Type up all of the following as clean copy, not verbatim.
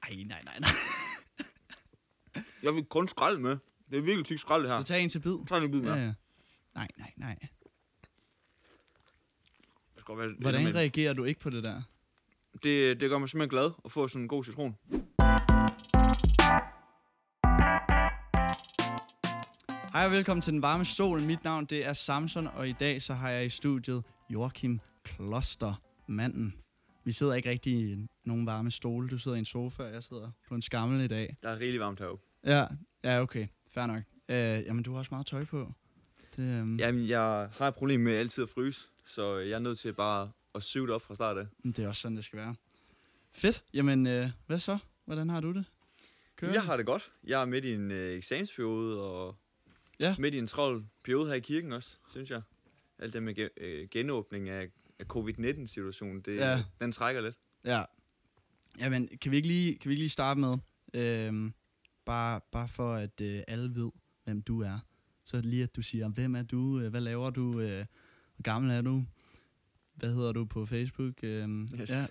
Nej. Jeg vil kun skrald med. Det er virkelig tyk skrald, det her. Så tag en til bid. Tag en bid med. Ja. Nej. Det skal være Hvordan reagerer du ikke på det der? Det gør mig simpelthen glad at få sådan en god citron. Hej og velkommen til Den Varme Stol. Mit navn det er Samson, og i dag så har jeg i studiet Joachim Kloster, manden. Vi sidder ikke rigtig i nogen varme stole. Du sidder i en sofa, og jeg sidder på en skammel i dag. Der er rigeligt varmt heroppe. Ja, okay. Fair nok. Jamen, du har også meget tøj på. Jamen, jeg har et problem med altid at fryse, så jeg er nødt til bare at syge det op fra start af. Det er også sådan, det skal være. Fedt. Jamen, hvad så? Hvordan har du det? Jeg har det godt. Jeg er midt i en eksamensperiode, og midt i en travl periode her i kirken også, synes jeg. Alt det med genåbning af covid-19-situationen, den trækker lidt. Ja. Jamen, kan vi ikke lige starte med, bare for at alle ved, hvem du er. Så lige at du siger, hvem er du, hvad laver du, hvor gammel er du, hvad hedder du på Facebook? Yes. Ja.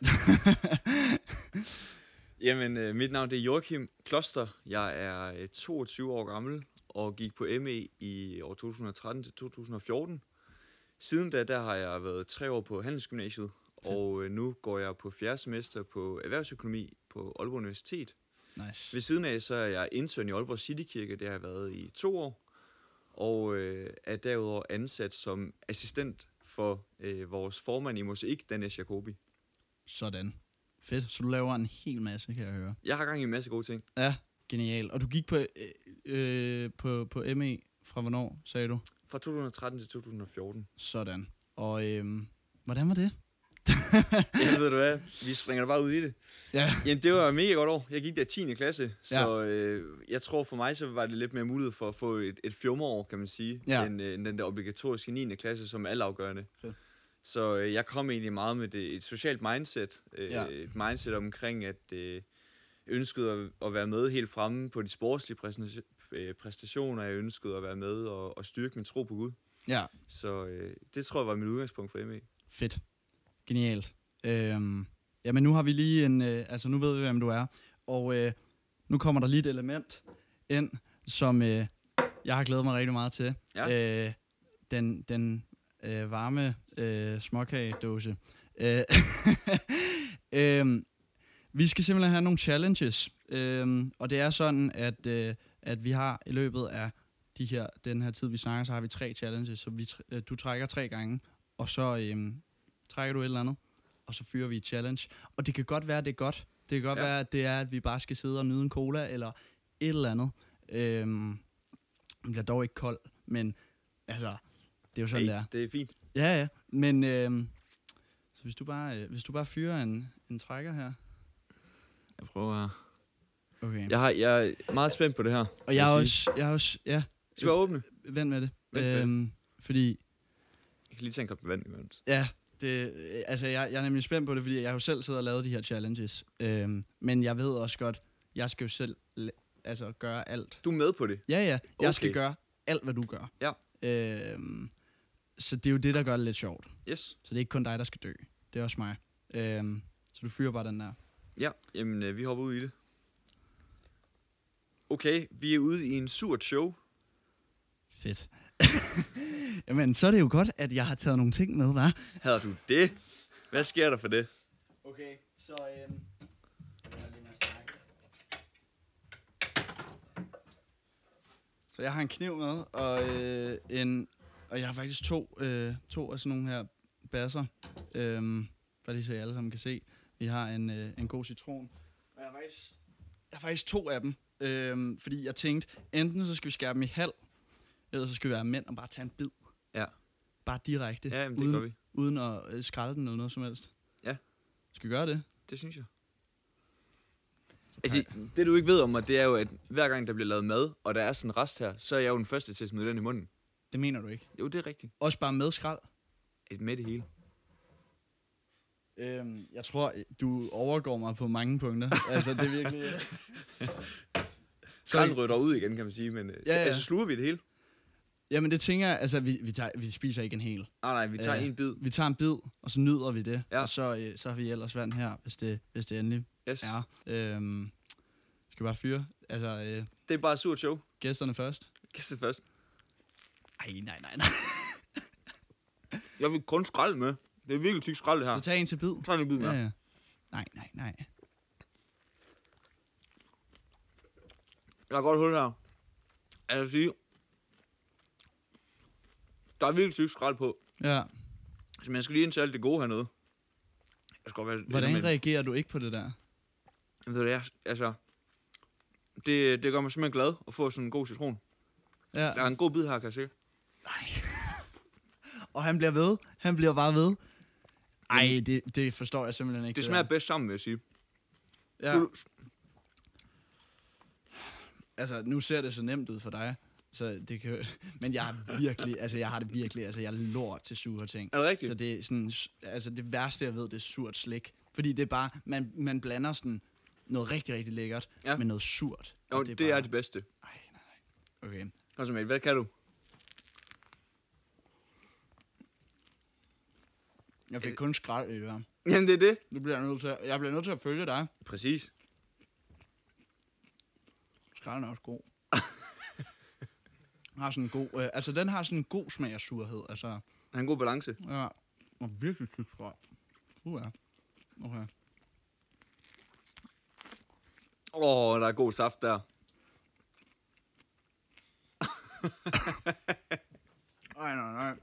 Jamen, mit navn det er Joachim Kloster. Jeg er 22 år gammel og gik på ME i år 2013 til 2014. Siden da, der har jeg været 3 år på Handelsgymnasiet, og nu går jeg på 4. semester på erhvervsøkonomi på Aalborg Universitet. Nice. Ved siden af, så er jeg intern i Aalborg Citykirke, det har jeg været i 2 år, og er derudover ansat som assistent for vores formand i Mosaik, Danesh Jacobi. Sådan. Fedt. Så du laver en hel masse, kan jeg høre. Jeg har gang i en masse gode ting. Ja, genial. Og du gik på ME fra hvornår, sagde du? Fra 2013 til 2014. Sådan. Og hvordan var det? Jeg ved du hvad, vi springer da bare ud i det. Ja. Jamen, det var et mega godt år. Jeg gik der 10. klasse, så jeg tror for mig, så var det lidt mere mulighed for at få et fjumreår, kan man sige, end den der obligatoriske 9. klasse, som er altafgørende. Fedt. Så jeg kom egentlig meget med et socialt mindset. Et mindset omkring, at ønskede at være med helt fremme på de sportslige præstationer. Jeg ønskede at være med og styrke min tro på Gud. Ja. Så det tror jeg var mit udgangspunkt for ME. Fedt. Genialt. Jamen nu har vi lige nu ved vi, hvem du er. Og nu kommer der lige et element ind, som jeg har glædet mig rigtig meget til. Ja. Den varme småkagedåse. Vi skal simpelthen have nogle challenges. Og det er sådan, at vi har i løbet af den her tid, vi snakker, så har vi 3 challenges. Så du trækker 3 gange, og så trækker du et eller andet, og så fyrer vi et challenge. Og det kan godt være, at det er godt. Det kan godt være, at det er, at vi bare skal sidde og nyde en cola, eller et eller andet. Det bliver dog ikke kold, men altså, det er jo sådan, det er. Det er fint. Ja. Men så hvis du bare fyrer en trækker her. Jeg prøver her. Okay. Jeg er meget spændt på det her. Og jeg er også, ja. Skal vi åbne? Vent med det. Fordi... Jeg kan lige tage en kop vand imens. Ja, jeg er nemlig spændt på det, fordi jeg har jo selv siddet og lavet de her challenges. Men jeg ved også godt, jeg skal jo selv gøre alt. Du er med på det? Ja. Jeg skal gøre alt, hvad du gør. Ja. Så det er jo det, der gør det lidt sjovt. Yes. Så det er ikke kun dig, der skal dø. Det er også mig. Så du fyrer bare den der. Ja, jamen vi hopper ud i det. Okay, vi er ude i en surt show. Fedt. Jamen, så er det jo godt, at jeg har taget nogle ting med, hva'? Havde du det? Hvad sker der for det? Okay, så Så jeg har en kniv med, og jeg har faktisk to af sådan nogle her basser, for lige så I alle sammen kan se. Vi har en god citron, og jeg har faktisk 2 af dem, fordi jeg tænkte, enten så skal vi skære dem i halv, eller så skal vi være mænd og bare tage en bid. Ja. Bare direkte, ja, jamen, det gør vi. Uden at skrælle den eller noget som helst. Ja. Skal vi gøre det? Det synes jeg. Altså, det du ikke ved om mig, det er jo, at hver gang der bliver lavet mad, og der er sådan en rest her, så er jeg jo den første til at smide den i munden. Det mener du ikke? Jo, det er rigtigt. Også bare med skrald? Med det hele. Jeg tror, du overgår mig på mange punkter. Altså, det er virkelig... Skralden rytter ud igen, kan man sige, men så sluger vi det hele. Jamen, det tænker jeg, altså, vi spiser ikke en hel. Nej, vi tager en bid. Vi tager en bid, og så nyder vi det. Ja. Og så har vi ellers vand her, hvis det endelig er. skal bare fyre. Altså, Det er bare et surt show. gæsterne først. Gæster først. Ej, nej. Jeg vil kun skrald med. Det er virkelig tyk skrald, det her. Så tag en til bid. Tag en bid med. Ja. Nej. Jeg har godt hul her. Jeg vil sige, der er virkelig tyk skrald på. Ja. Så man skal lige indtage alt det gode hernede. Jeg skal godt være Hvordan reagerer du ikke på det der? Ved du, altså... Det gør mig simpelthen glad at få sådan en god citron. Ja. Der er en god bid her, kan jeg se. Nej. Og han bliver ved. Han bliver bare ved. Ej, det forstår jeg simpelthen ikke. Det smager bedst sammen, vil jeg sige. Ja. Altså, nu ser det så nemt ud for dig. Så det kan... Men jeg har det virkelig, jeg er lort til sure ting. Er det rigtigt? Så det er sådan, altså det værste, jeg ved, det er surt slik. Fordi det er bare, man blander sådan noget rigtig, rigtig lækkert med noget surt. Jo, det er det bedste. Nej. Okay. Og så, mate, hvad kan du? Jeg fik kun skrald i det her. Jamen, det er det. Jeg bliver nødt til at følge dig. Præcis. Skralden er også god. Har sådan en god, altså den har sådan en god smag af surhed. Altså, Der er en god balance. ja, og virkelig tyk skrald. Ja. Okay. Der er god saft der. Nej.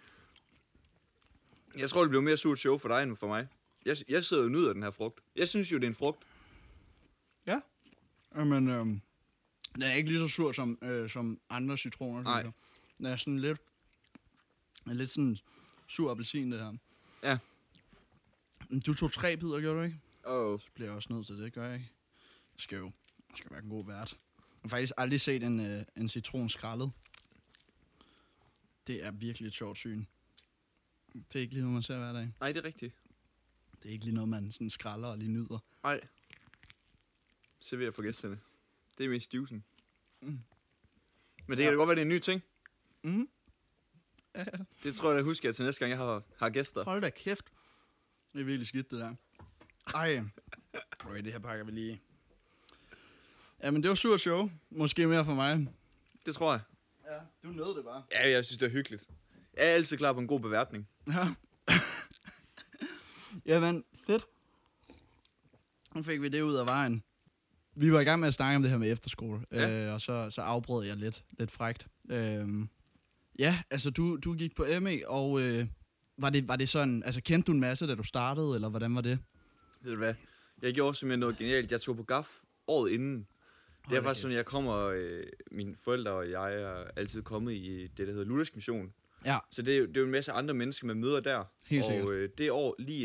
Jeg tror, det bliver mere surt show for dig end for mig. Jeg sidder jo og nyder den her frugt. Jeg synes jo, det er en frugt. Ja. Men den er ikke lige så sur som andre citroner. Nej. Synes jeg. Den er sådan lidt sådan sur appelsin, det her. Ja. Du tog 3 bidder, gjorde du ikke? Så bliver jeg også nødt til det, gør jeg ikke? Det skal være en god vært. Jeg har faktisk aldrig set en citron skrællet. Det er virkelig et sjovt syn. Det er ikke lige noget, man ser hver dag. Nej, det er rigtigt. Det er ikke lige noget, man sådan skralder og lige nyder. Nej. Serverer for gæsterne. Det er mest juicen. Men det kan da godt være, det er en ny ting. Mhm. Ja. Det tror jeg, husker jeg til næste gang, jeg har gæster. Hold da kæft. Det er virkelig skidt, det der. Ej. Okay, det her pakker vi lige. Ja, men det var surt show. Måske mere for mig. Det tror jeg. Ja, du nød det bare. Ja, jeg synes, det er hyggeligt. Jeg er altid klar på en god beværtning. Ja. Jamen, fedt. Nu fik vi det ud af vejen. Vi var i gang med at snakke om det her med efterskole, og så afbrød jeg lidt frækt. Ja, altså du gik på ME, og var det sådan, altså kendte du en masse, da du startede, eller hvordan var det? Ved du hvad? Jeg gjorde simpelthen noget genialt. Jeg tog på GAF året inden. Det er faktisk sådan, jeg kommer, mine forældre og jeg er altid kommet i det, der hedder Luthersk Mission. Ja. Så det er jo en masse andre mennesker, man møder der. Helt sikkert. Og det år lige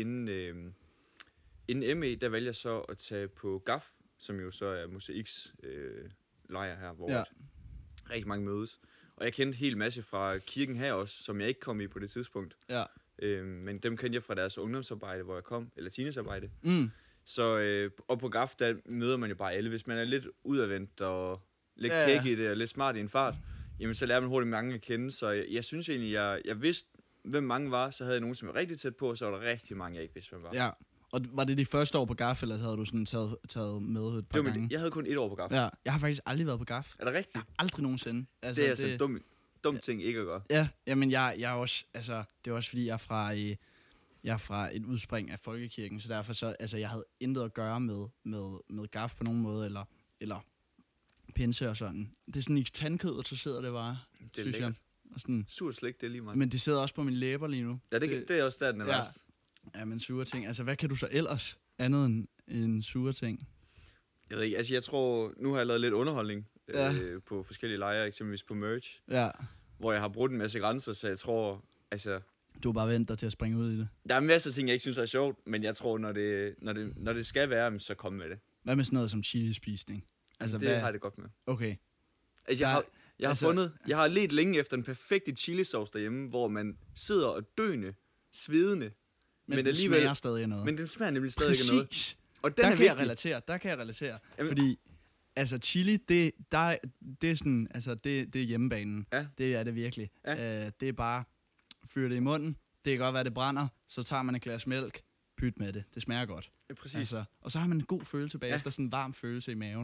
inden ME, der valgte jeg så at tage på GAF, som jo så er Mosaiks lejr her, hvor rigtig mange mødes. Og jeg kendte en hel masse fra kirken her også, som jeg ikke kom i på det tidspunkt. Ja. Men dem kendte jeg fra deres ungdomsarbejde, hvor jeg kom, eller teenagearbejde. Mm. Så og på GAF, der møder man jo bare alle. Hvis man er lidt udadvendt og lidt kæk i det, og lidt smart i en fart, jamen så lærer man hurtigt mange at kende. Så jeg synes egentlig, jeg vidste, hvem mange var. Så havde jeg nogen, som var rigtig tæt på, og så var der rigtig mange, jeg ikke vidste, hvem var. Ja, og var det de første år på GAF, eller havde du sådan taget med et par gange? Jeg havde kun 1 år på GAF. Ja, jeg har faktisk aldrig været på GAF. Er det rigtigt? Jeg har aldrig nogensinde. Altså, Det er altså en dum ting ikke at gøre. Ja, jamen jeg er også, altså det er også fordi jeg er fra et udspring af folkekirken, så derfor så, altså jeg havde intet at gøre med GAF på nogen måde, eller pinse og sådan. Det er sådan i tandkødet, så sidder det bare, Det er synes jeg. Og sådan, Surt slik, det er lige meget. men det sidder også på mine læber lige nu. Ja, det er også der, den er værst. Ja, men sure ting. Altså hvad kan du så ellers andet end sure ting? Jeg ved ikke, altså jeg tror, nu har jeg lavet lidt underholdning på forskellige lejre, eksempelvis på Merge, hvor jeg har brudt en masse grænser, så jeg tror, altså... Du har bare ventet dig til at springe ud i det. Der er masser af ting, jeg ikke synes er sjovt, men jeg tror, når det skal være, så kom med det. Hvad med sådan noget som chili-spisning? Altså, det har jeg det godt med. Okay. Altså, jeg har let længe efter den perfekte chilisauce derhjemme, hvor man sidder og døende, svedende. Men den smager stadig noget. Men den smager nemlig stadig af noget. Og der kan jeg relatere. Jamen, fordi, altså chili, det er sådan, altså det er hjemmebanen. Ja. Det er det virkelig. Ja. Det er bare, fyre det i munden. Det kan godt være, det brænder. Så tager man et glas mælk, pyt med det. Det smager godt. Ja, præcis. Altså, og så har man en god følelse bagefter, sådan en varm følelse i maven.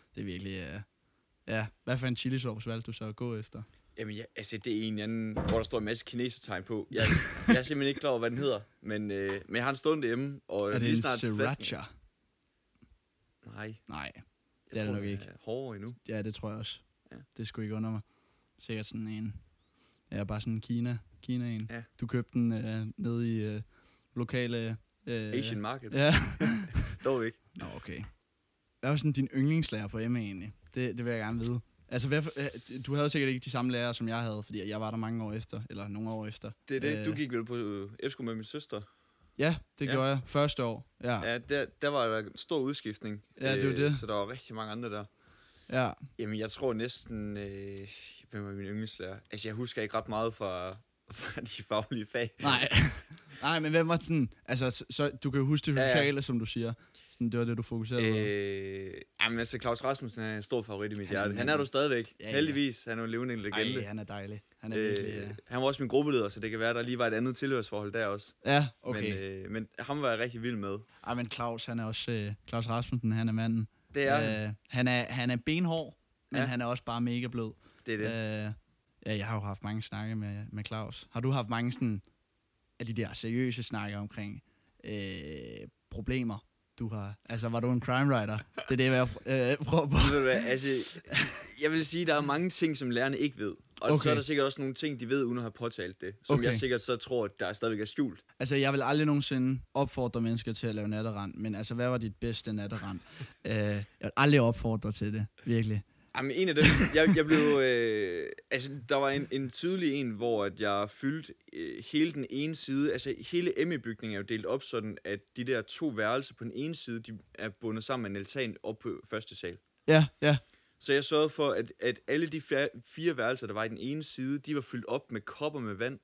Det er virkelig... hvad for en chilisauce valgte du så at gå efter? Jamen, ja, altså, det er en eller anden, hvor der står en masse kinesertegn på. Jeg er simpelthen ikke klar over, hvad den hedder, men jeg har en stående hjemme, og Er det lige en snart sriracha? Nej, Nej, jeg det er tror, det nok den ikke. er hårdere endnu. Ja, det tror jeg også. Ja. Det skulle ikke under mig. Sikkert sådan en... Ja, bare sådan en Kina-en. Ja. Du købte den nede i lokale... Asian market. Ja. Dog ikke. Nå, okay. Hvad var sådan din yndlingslærer på MA egentlig? Det vil jeg gerne vide. Altså, du havde sikkert ikke de samme lærere, som jeg havde, fordi jeg var der mange år efter, eller nogle år efter. Det er det. Du gik vel på F-skole med min søster? Ja, det gjorde jeg. Første år. Ja, Ja, der var der en stor udskiftning. Ja, det var det. Så der var rigtig mange andre der. ja. Jamen, jeg tror næsten... hvem var min yndlingslærer? Altså, jeg husker ikke ret meget fra de faglige fag. Nej, men hvem var sådan... Altså, så du kan jo huske det sociale, som du siger. Sådan, det var det, du fokuserede på. Jamen, altså, Claus Rasmussen er en stor favorit i mit hjerte. Han er er du stadigvæk. Ja. Heldigvis. Han er jo en levende legende. Ej, han er dejlig. Han er virkelig... Han var også min gruppeleder, så det kan være, der lige var et andet tilhørsforhold der også. Ja, okay. Men ham var jeg rigtig vild med. Ej, men Claus, han er også... Claus Rasmussen, han er manden. Det er han er benhård, men Ja. han er også bare mega blød. det. Er det. Ja, jeg har jo haft mange snakke med Claus. Har du haft mange sådan af de der seriøse snakke omkring problemer, du har? Altså, var du en crime writer? Det er det, jeg prøver på. Ved du hvad, altså, jeg vil sige, der er mange ting, som lærerne ikke ved. Og så er der sikkert også nogle ting, de ved, uden at have påtalt det. Som jeg sikkert så tror, at der stadigvæk er skjult. Altså, jeg vil aldrig nogensinde opfordre mennesker til at lave natterand, men altså, hvad var dit bedste natterand? Jeg vil aldrig opfordre til det, virkelig. Jamen, en af dem, jeg blev... altså, der var en tydelig en, hvor at jeg fyldte hele den ene side. Altså, hele ME-bygningen er jo delt op sådan, at de der 2 værelser på den ene side, de er bundet sammen med en altan op på første sal. Ja. Så jeg sørgede for, at alle de 4 værelser, der var i den ene side, de var fyldt op med kopper med vand.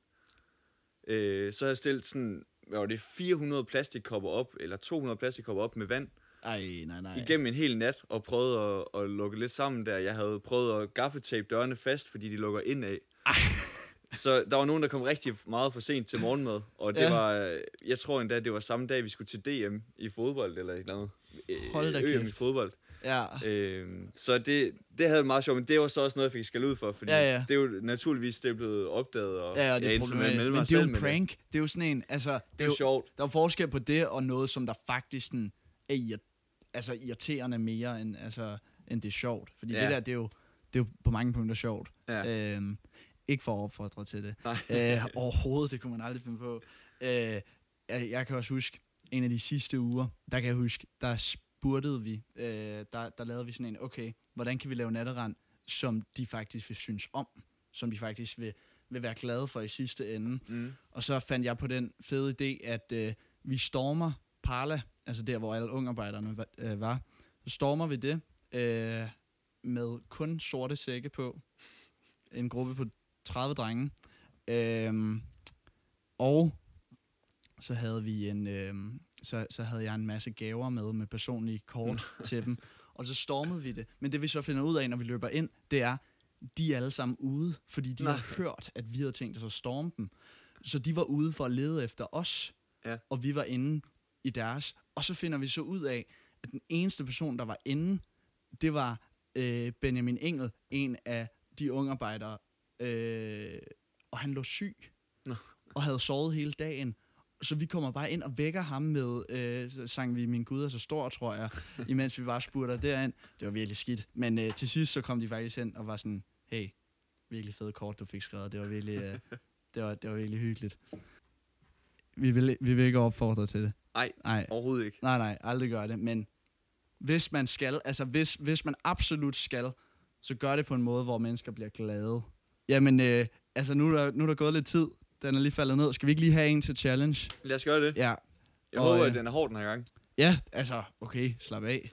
Så havde jeg stillet sådan, hvad var det, 400 plastikkopper op, eller 200 plastikkopper op med vand. Ej, nej. Igennem en hel nat, og prøvede at lukke lidt sammen der. Jeg havde prøvet at gaffetape dørene fast, fordi de lukker indad. Så der var nogen, der kom rigtig meget for sent til morgenmad. Og det var, jeg tror endda, det var samme dag, vi skulle til DM i fodbold, eller et eller andet. Hold da kæft. i fodbold. Ja. Så det havde det meget sjovt, men det var så også noget, jeg fik skal ud for, fordi Ja. det er jo naturligvis det er blevet opdaget, og Ja, det er jeg problematisk. Men det er jo en prank. Det er jo sådan en, altså... Det er jo sjovt. Der er forskel på det, og noget, som der faktisk sådan, er irriterende mere, end det er sjovt. Fordi det der, det er jo på mange punkter sjovt. Ja. Ikke for at opfordre til det. Overhovedet, det kunne man aldrig finde på. Jeg kan også huske, en af de sidste uger, der kan jeg huske, der spurtede vi, der lavede vi sådan en, okay, hvordan kan vi lave natterand, som de faktisk vil synes om, som de faktisk vil være glade for i sidste ende. Og så fandt jeg på den fede idé, at vi stormer Parla, altså der, hvor alle ungarbejderne var. Så stormer vi det med kun sorte sække på. En gruppe på 30 drenge. Og så havde vi så havde jeg en masse gaver med personlige kort til dem. Og så stormede vi det. Men det vi så finder ud af, når vi løber ind, det er, de er alle sammen ude, fordi de havde hørt, at vi havde tænkt os at storme dem. Så de var ude for at lede efter os, og vi var inde i deres. Og så finder vi så ud af, at den eneste person, der var inde, det var Benjamin Engel, en af de ungarbejdere, og han lå syg, og havde sovet hele dagen. Så vi kommer bare ind og vækker ham med, så sang vi Min Gud er så stor, tror jeg, imens vi bare spurgte derind. Det var virkelig skidt. Men til sidst så kom de faktisk hen og var sådan, hey, virkelig fed kort, du fik skrevet. Det var virkelig, det var virkelig hyggeligt. Vi vil ikke opfordre til det. Nej, overhovedet ikke. Nej, aldrig gør det. Men hvis man skal, altså hvis man absolut skal, så gør det på en måde, hvor mennesker bliver glade. Jamen, altså nu er der gået lidt tid. Den er lige faldet ned. Skal vi ikke lige have en til challenge? Lad os gøre det. Ja. Jeg håber, at den er hård den her gang. Ja, altså, okay, slap af.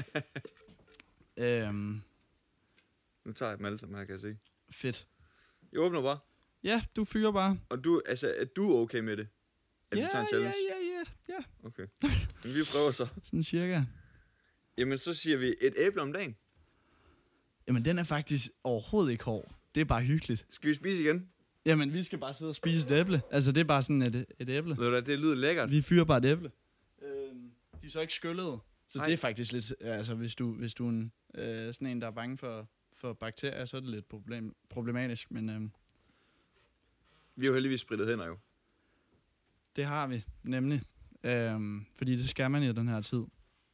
Nu tager jeg dem alle sammen her, kan jeg se. Fedt. Jeg åbner bare. Ja, du fyrer bare. Og er du okay med det? At vi tager en challenge? Ja. Okay. Men vi prøver så. Sådan cirka. Jamen, så siger vi et æble om dagen. Jamen, den er faktisk overhovedet ikke hård. Det er bare hyggeligt. Skal vi spise igen? Jamen, vi skal bare sidde og spise et æble. Altså, det er bare sådan et æble. Ved du hvad, det lyder lækkert. Vi fyrer bare et æble. De er så ikke skyllede. Så det er faktisk lidt, altså hvis du er en, sådan en, der er bange for bakterier, så er det lidt problematisk, men Vi har jo heldigvis spritet hænder jo. det har vi nemlig, fordi det skal man i den her tid.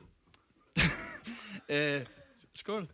Skål.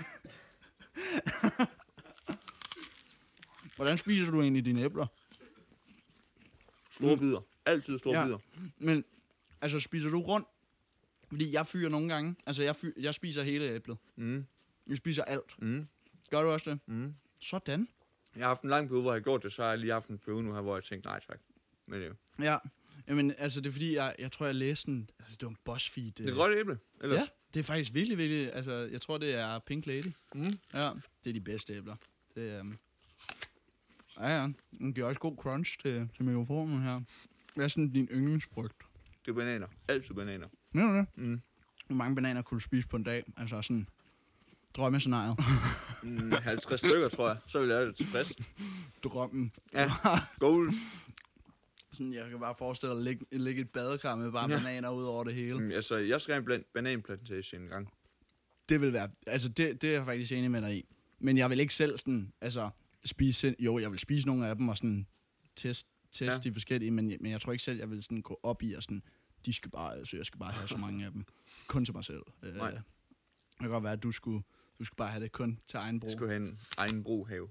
Hvordan spiser du egentlig dine æbler? Store bidder. Altid store bidder. Men altså spiser du rundt? Fordi jeg fyrer nogle gange. Altså jeg spiser hele æblet. Jeg spiser alt. Gør du også det? Sådan. Jeg har haft en lang periode, hvor jeg har gjort det, så har jeg lige haft en periode nu her, hvor jeg tænkte, nej tak. Men Ja, jamen altså det er fordi, jeg tror jeg læste en, altså det var en BuzzFeed. det er godt æble, ellers. Ja, det er faktisk virkelig, virkelig, altså jeg tror det er Pink Lady. Ja, det er de bedste æbler. Det ja, den giver også god crunch til mikrofonen her. Hvad er sådan din yndlingsfrugt? Det er bananer. Altid bananer. Mener du det? Hvor mange bananer kunne du spise på en dag? Altså sådan drømmescenariet. 50 stykker, tror jeg. Så vil jeg være tilfreds. Drømmen. Ja, goal. Sådan, jeg kan bare forestille dig at ligge i et badekar med bare bananer ud over det hele. Altså, jeg skal have en bananplantage en gang. Det vil være, altså det er jeg faktisk enig med dig i. Men jeg vil ikke selv sådan, altså spise, jo, jeg vil spise nogle af dem og sådan teste de forskellige, men jeg tror ikke selv, jeg vil sådan gå op i og sådan, jeg skal bare have så mange af dem. Kun til mig selv. Nej. Det kan godt være, at du skulle bare have det kun til egen brug. Jeg skulle have en egen brughave.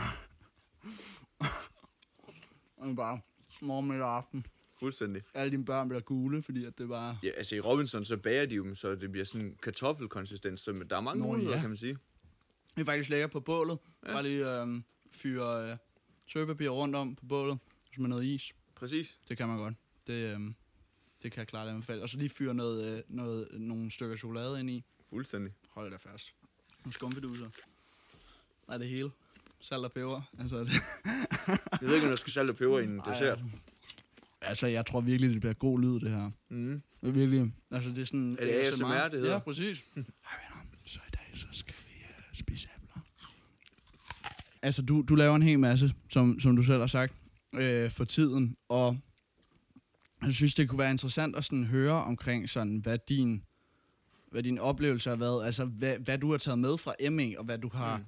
Og bare morgen, middag og aften. Fuldstændig. Alle dine børn bliver gule, fordi at det bare... Ja, altså i Robinson, så bager de dem, så det bliver sådan kartoffelkonsistens, så der er mange muligheder, kan man sige. Det er faktisk lækkert på bålet. Ja. Bare lige fyre sølvpapir rundt om på bålet, med noget is. Præcis. Det kan man godt. Det kan jeg klart anbefale. Og så lige fyre nogle stykker chokolade ind i. Fuldstændig. Hold da fast. Nogle skumfiduser. Der er det hele. Salt og peber. Altså, det. Jeg ved ikke, om der skal salt og peber i en dessert. Altså, jeg tror virkelig, det bliver god lyd, det her. Det er virkelig... Altså, det er sådan... Er det ASMR, det hedder? Ja, præcis. Hej venner, så i dag, så skal vi spise æbler. Altså, du laver en hel masse, som du selv har sagt, for tiden, og jeg synes, det kunne være interessant at sådan høre omkring sådan, hvad din oplevelse har været, altså hvad du har taget med fra ME, og hvad du har,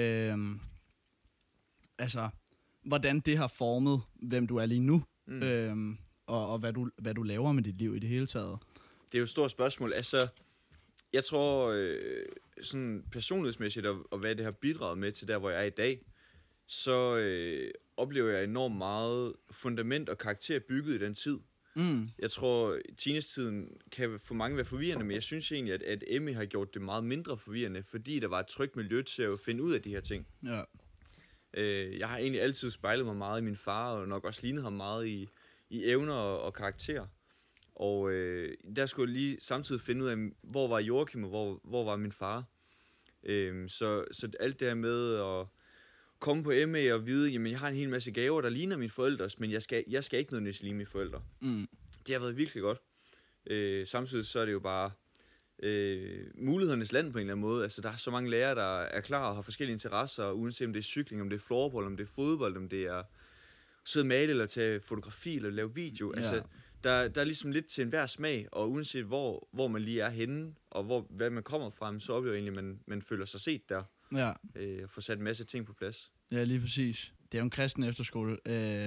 altså, hvordan det har formet, hvem du er lige nu, og hvad du laver med dit liv i det hele taget. Det er jo et stort spørgsmål. Altså, jeg tror, sådan personlighedsmæssigt, og hvad det har bidraget med til der, hvor jeg er i dag, så oplever jeg enormt meget fundament og karakter bygget i den tid. Jeg tror, teenage-tiden kan for mange være forvirrende, men jeg synes egentlig, at Emmy har gjort det meget mindre forvirrende, fordi der var et trygt miljø til at finde ud af de her ting. Ja. Jeg har egentlig altid spejlet mig meget i min far, og nok også lignet ham meget i evner og karakter. Og der skulle jeg lige samtidig finde ud af, hvor var Joachim, og hvor var min far. Så alt det her med at komme på MA og vide, jamen jeg har en hel masse gaver, der ligner mine forældres, men jeg skal ikke nødvendigvis ligne mine forældre. Det har været virkelig godt. Samtidig så er det jo bare mulighedernes land på en eller anden måde. Altså der er så mange lærere, der er klar og har forskellige interesser, uanset om det er cykling, om det er floorball, om det er fodbold, om det er sidde og male eller tage fotografi eller lave video. Ja. Altså der er ligesom lidt til enhver smag, og uanset hvor man lige er henne, og hvad man kommer fra, så oplever jeg egentlig, at man føler sig set der. Ja. Og får sat en masse ting på plads. Ja, lige præcis. Det er jo en kristen efterskole.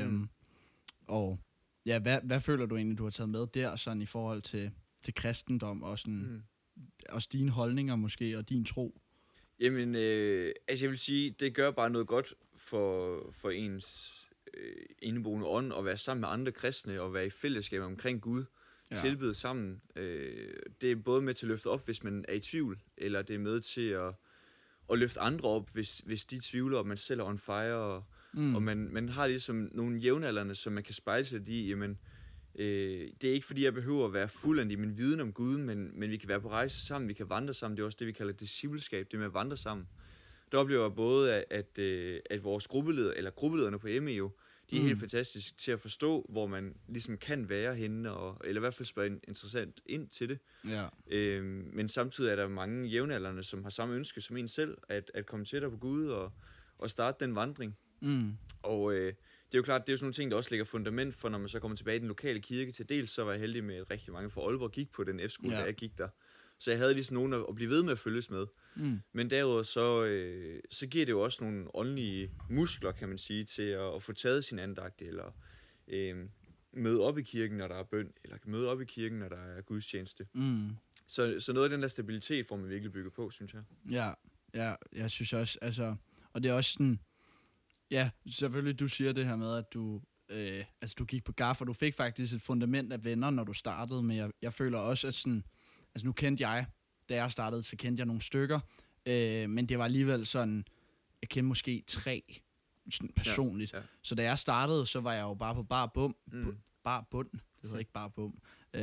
Og ja, hvad føler du egentlig, du har taget med der, sådan i forhold til kristendom, og sådan, også dine holdninger måske, og din tro? Jamen, altså jeg vil sige, det gør bare noget godt for ens indeboende ånd, at være sammen med andre kristne, og være i fællesskab omkring Gud, tilbede sammen. Det er både med til at løfte op, hvis man er i tvivl, eller det er med til at løfte andre op, hvis de tvivler, og man selv er on fire, og man har ligesom nogle jævnaldrende, som man kan spejle sig i. Jamen, det er ikke fordi, jeg behøver at være fuldendt i min viden om Gud, men vi kan være på rejse sammen, vi kan vandre sammen. Det er også det, vi kalder discipleskab, det med at vandre sammen. Der oplever jeg både, at vores gruppelederne på ME jo, de er helt fantastisk til at forstå, hvor man ligesom kan være henne, eller i hvert fald spørge interessant ind til det. Ja. Men samtidig er der mange jævnaldrende, som har samme ønske som en selv, at komme tættere på Gud og starte den vandring. Og det er jo klart, det er jo sådan nogle ting, der også lægger fundament for, når man så kommer tilbage i den lokale kirke. Til dels så var jeg heldig med, at rigtig mange fra Aalborg gik på den F-skole, da jeg gik der. Så jeg havde ligesom nogen at blive ved med at følges med. Men derudover så giver det jo også nogle åndelige muskler, kan man sige, til at få taget sin andagt, eller møde op i kirken, når der er bøn, eller møde op i kirken, når der er gudstjeneste. Så noget af den der stabilitet får man virkelig bygget på, synes jeg. Ja, jeg synes også, altså, og det er også sådan, ja, selvfølgelig du siger det her med, at du gik på GAF, og du fik faktisk et fundament af venner, når du startede, men jeg føler også, at sådan, altså nu kendte jeg, da jeg startede, så kendte jeg nogle stykker, men det var alligevel sådan, jeg kendte måske 3 sådan personligt. Ja. Så da jeg startede, så var jeg jo bare på bar bund. Det hedder ikke bare bum.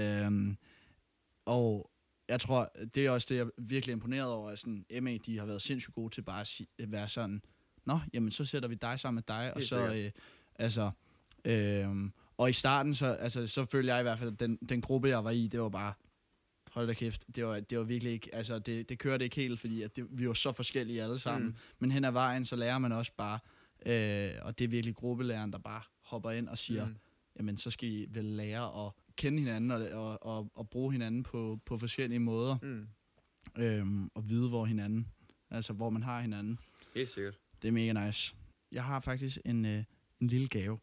Og jeg tror, det er også det, jeg er virkelig imponeret over, at sådan, MA, de har været sindssygt gode til bare at være sådan, nå, jamen så sætter vi dig sammen med dig, og så, og i starten, så følte jeg i hvert fald, at den gruppe, jeg var i, det var bare, hold da kæft, det var virkelig ikke, altså det kørte ikke helt, fordi at vi var så forskellige alle sammen, men hen ad vejen, så lærer man også bare, og det er virkelig gruppelæreren, der bare hopper ind og siger, jamen så skal I vel lære at kende hinanden og bruge hinanden på forskellige måder, og vide hvor man har hinanden. Helt sikkert. Det er mega nice. Jeg har faktisk en lille gave.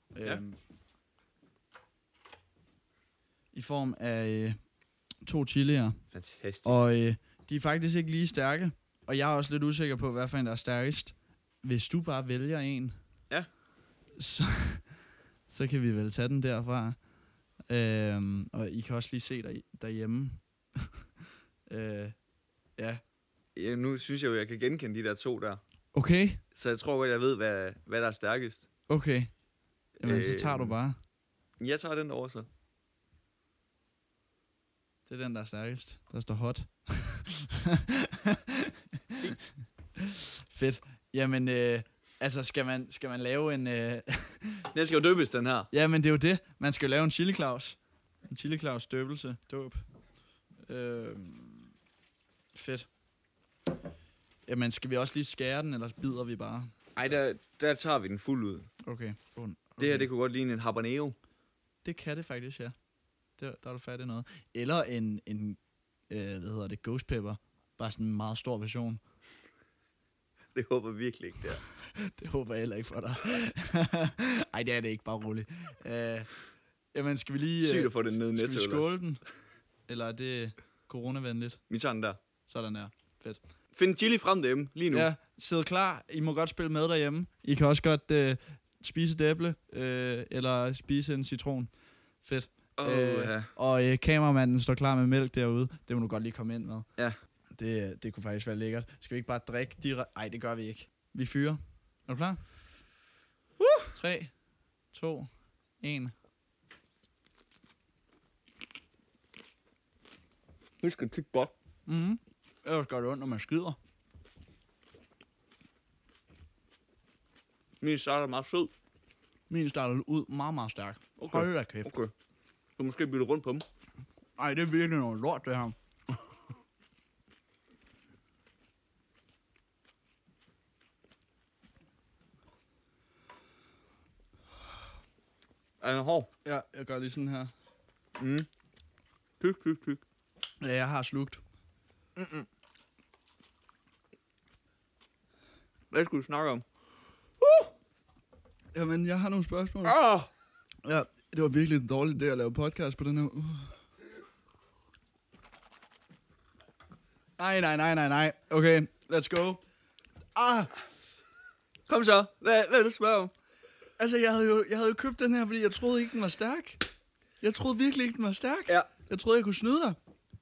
I form af 2 chilier. Fantastisk. Og de er faktisk ikke lige stærke. Og jeg er også lidt usikker på, hvad for en der er stærkest. Hvis du bare vælger en, så kan vi vel tage den derfra. Og I kan også lige se derhjemme. Ja. Ja, nu synes jeg jo, jeg kan genkende de der 2 der. Okay. Så jeg tror godt, jeg ved, hvad der er stærkest. Okay. Jamen, så tager du bare. Jeg tager den derovre så. Det er den, der er stærkest. Der står hot. Fedt. Jamen, altså, skal man lave en... Den skal jo døbes, den her. Ja, men det er jo det. Man skal jo lave en chili Claus. En chili Claus døbelse. Dåb. Fedt. Jamen, skal vi også lige skære den, eller bider vi bare? Ej, der tager vi den fuld ud. Okay. Det her, det kunne godt ligne en habanero. Det kan det faktisk, ja. Der er du fat i noget. Eller en ghost pepper. Bare sådan en meget stor version. Det håber jeg virkelig ikke, der. Det håber jeg heller ikke for dig. Ej, det er det ikke, bare roligt. Jamen, skal vi lige... Sygt at få den ned i Netto. Skal vi skåle den? Eller er det coronavenligt? Vi tager den der. Sådan der. Fedt. Find chili frem derhjemme, lige nu. Ja, sid klar. I må godt spille med derhjemme. I kan også godt spise et æble, eller spise en citron. Fedt. Og kameramanden står klar med mælk derude. Det må du godt lige komme ind med. Ja. Det kunne faktisk være lækkert. Skal vi ikke bare drikke direkte? Ej, det gør vi ikke. Vi fyrer. Er du klar? 3, 2, 1. Nu skal tykke godt. Ellers gør det ondt, når man skider. Min starter meget sød. Min starter ud meget, meget stærk. Okay. Hold da kæft. Okay. Du måske bytte rundt på dem. Ej, det er virkelig noget lort, det her. Er den hård? Ja, jeg gør lige sådan her. Tyk. Ja, jeg har slugt. Hvad skulle du snakke om? Jamen, jeg har nogle spørgsmål. Ja, det var virkelig en dårlig idé at lave podcast på den her. Nej. Okay, let's go. Kom så. Hvad er det spørg om? Altså, jeg havde jo købt den her, fordi jeg troede ikke, den var stærk. Jeg troede virkelig ikke, den var stærk. Ja. Jeg troede, jeg kunne snyde dig.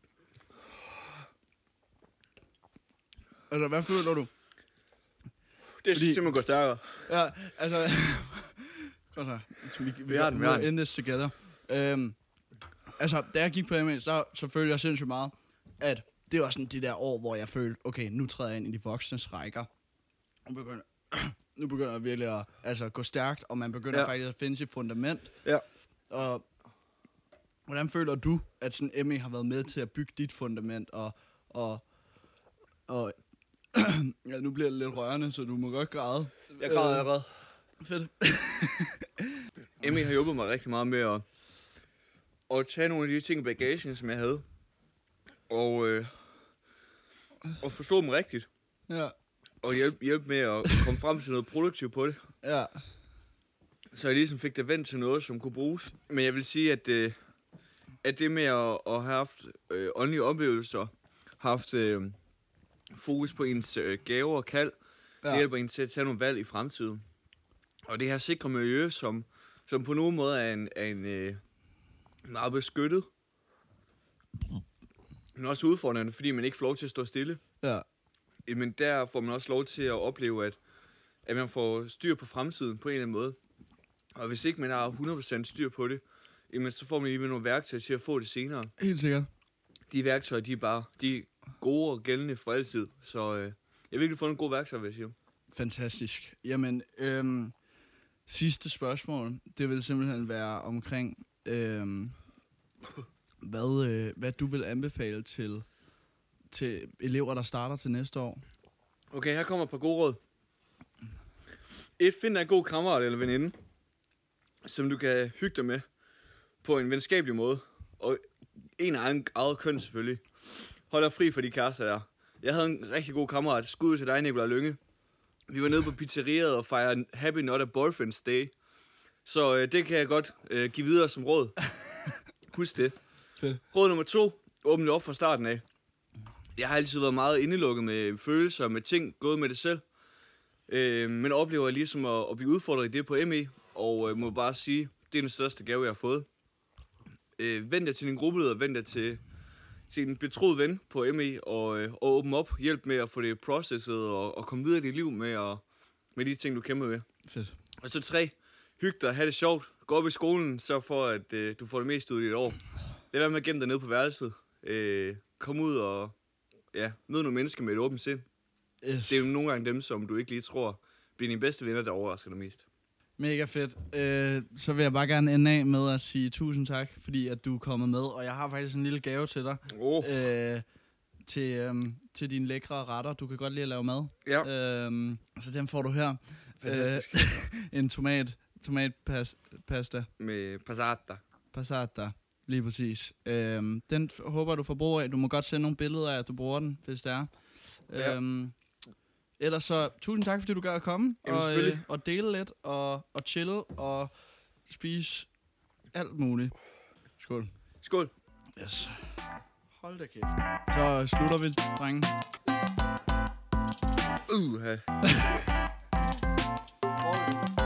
Altså, hvad føler du? Det synes jeg, man går stærkere. Ja, altså... Godt så. Vi har den. In this together. Altså, da jeg gik på MA, så følte jeg sindssygt meget, at det var sådan de der år, hvor jeg følte, okay, nu træder jeg ind i de voksnes rækker. Nu begynder jeg virkelig at gå stærkt, og man begynder faktisk at finde sit fundament. Ja. Og hvordan føler du, at sådan MA har været med til at bygge dit fundament, og ja, nu bliver det lidt rørende, så du må godt græde. Jeg græder allerede. Fedt. Emmy har hjulpet mig rigtig meget med at tage nogle af de ting i bagagen, som jeg havde. Og at forstå dem rigtigt. Ja. Og hjælpe med at komme frem til noget produktivt på det. Ja. Så jeg ligesom fik det vendt til noget, som kunne bruges. Men jeg vil sige, at det med at have haft åndelige oplevelser, haft fokus på ens gaver og kald, det hjælper en til at tage nogle valg i fremtiden. Og det her sikre miljø, som på nogen måde er en meget beskyttet, men også udfordrende, fordi man ikke får lov til at stå stille. Ja. Men der får man også lov til at opleve, at man får styr på fremtiden på en eller anden måde. Og hvis ikke man har 100% styr på det, jamen, så får man lige nogle værktøjer til at få det senere. Helt sikkert. De værktøjer, de er gode og gældende for altid. Så jeg har virkelig fundet en god værktøj, vil jeg sige. Fantastisk. Jamen, sidste spørgsmål, det vil simpelthen være omkring, hvad du vil anbefale til elever, der starter til næste år. Okay, her kommer et par gode råd. Find dig en god kammerat eller veninde, som du kan hygge dig med på en venskabelig måde. Og en af eget køn selvfølgelig. Hold dig fri for de kærester der. Jeg havde en rigtig god kammerat. Skud til dig, Nicolai Lynge. Vi var nede på pizzeriet og fejrede Happy Not a Boyfriend's Day. Så det kan jeg godt give videre som råd. Husk det. Fedt. Råd nummer 2. Åbn det op fra starten af. Jeg har altid været meget indelukket med følelser, med ting, gået med det selv. Men oplever ligesom at blive udfordret i det på ME. Og må bare sige, det er den største gave, jeg har fået. Vend dig til din gruppeleder, vend dig til en betroet ven på ME, og åbne op. Hjælp med at få det processet, og komme videre i dit liv med de ting, du kæmper med. Fedt. Og så 3. Hyg dig, have det sjovt. Gå op i skolen, sørg for, at du får det mest ud i et år. Lad være med at gemme dig nede på værelset. Kom ud og mød nogle mennesker med et åbent sind. Yes. Det er jo nogle gange dem, som du ikke lige tror bliver dine bedste venner, der overrasker dig mest. Mega fedt. Så vil jeg bare gerne ende af med at sige tusind tak, fordi at du er kommet med. Og jeg har faktisk en lille gave til dig. Til dine lækre retter. Du kan godt lide at lave mad. Ja. Så den får du her. En tomatpasta. Med passata. Lige præcis. Den håber du får brug af. Du må godt sende nogle billeder af, at du bruger den, hvis det er. Ja. Ellers så tusind tak, fordi du gad at komme. Og dele lidt, og chille, og spise alt muligt. Skål. Skål. Yes. Hold da kæft. Så slutter vi, drenge. Hey.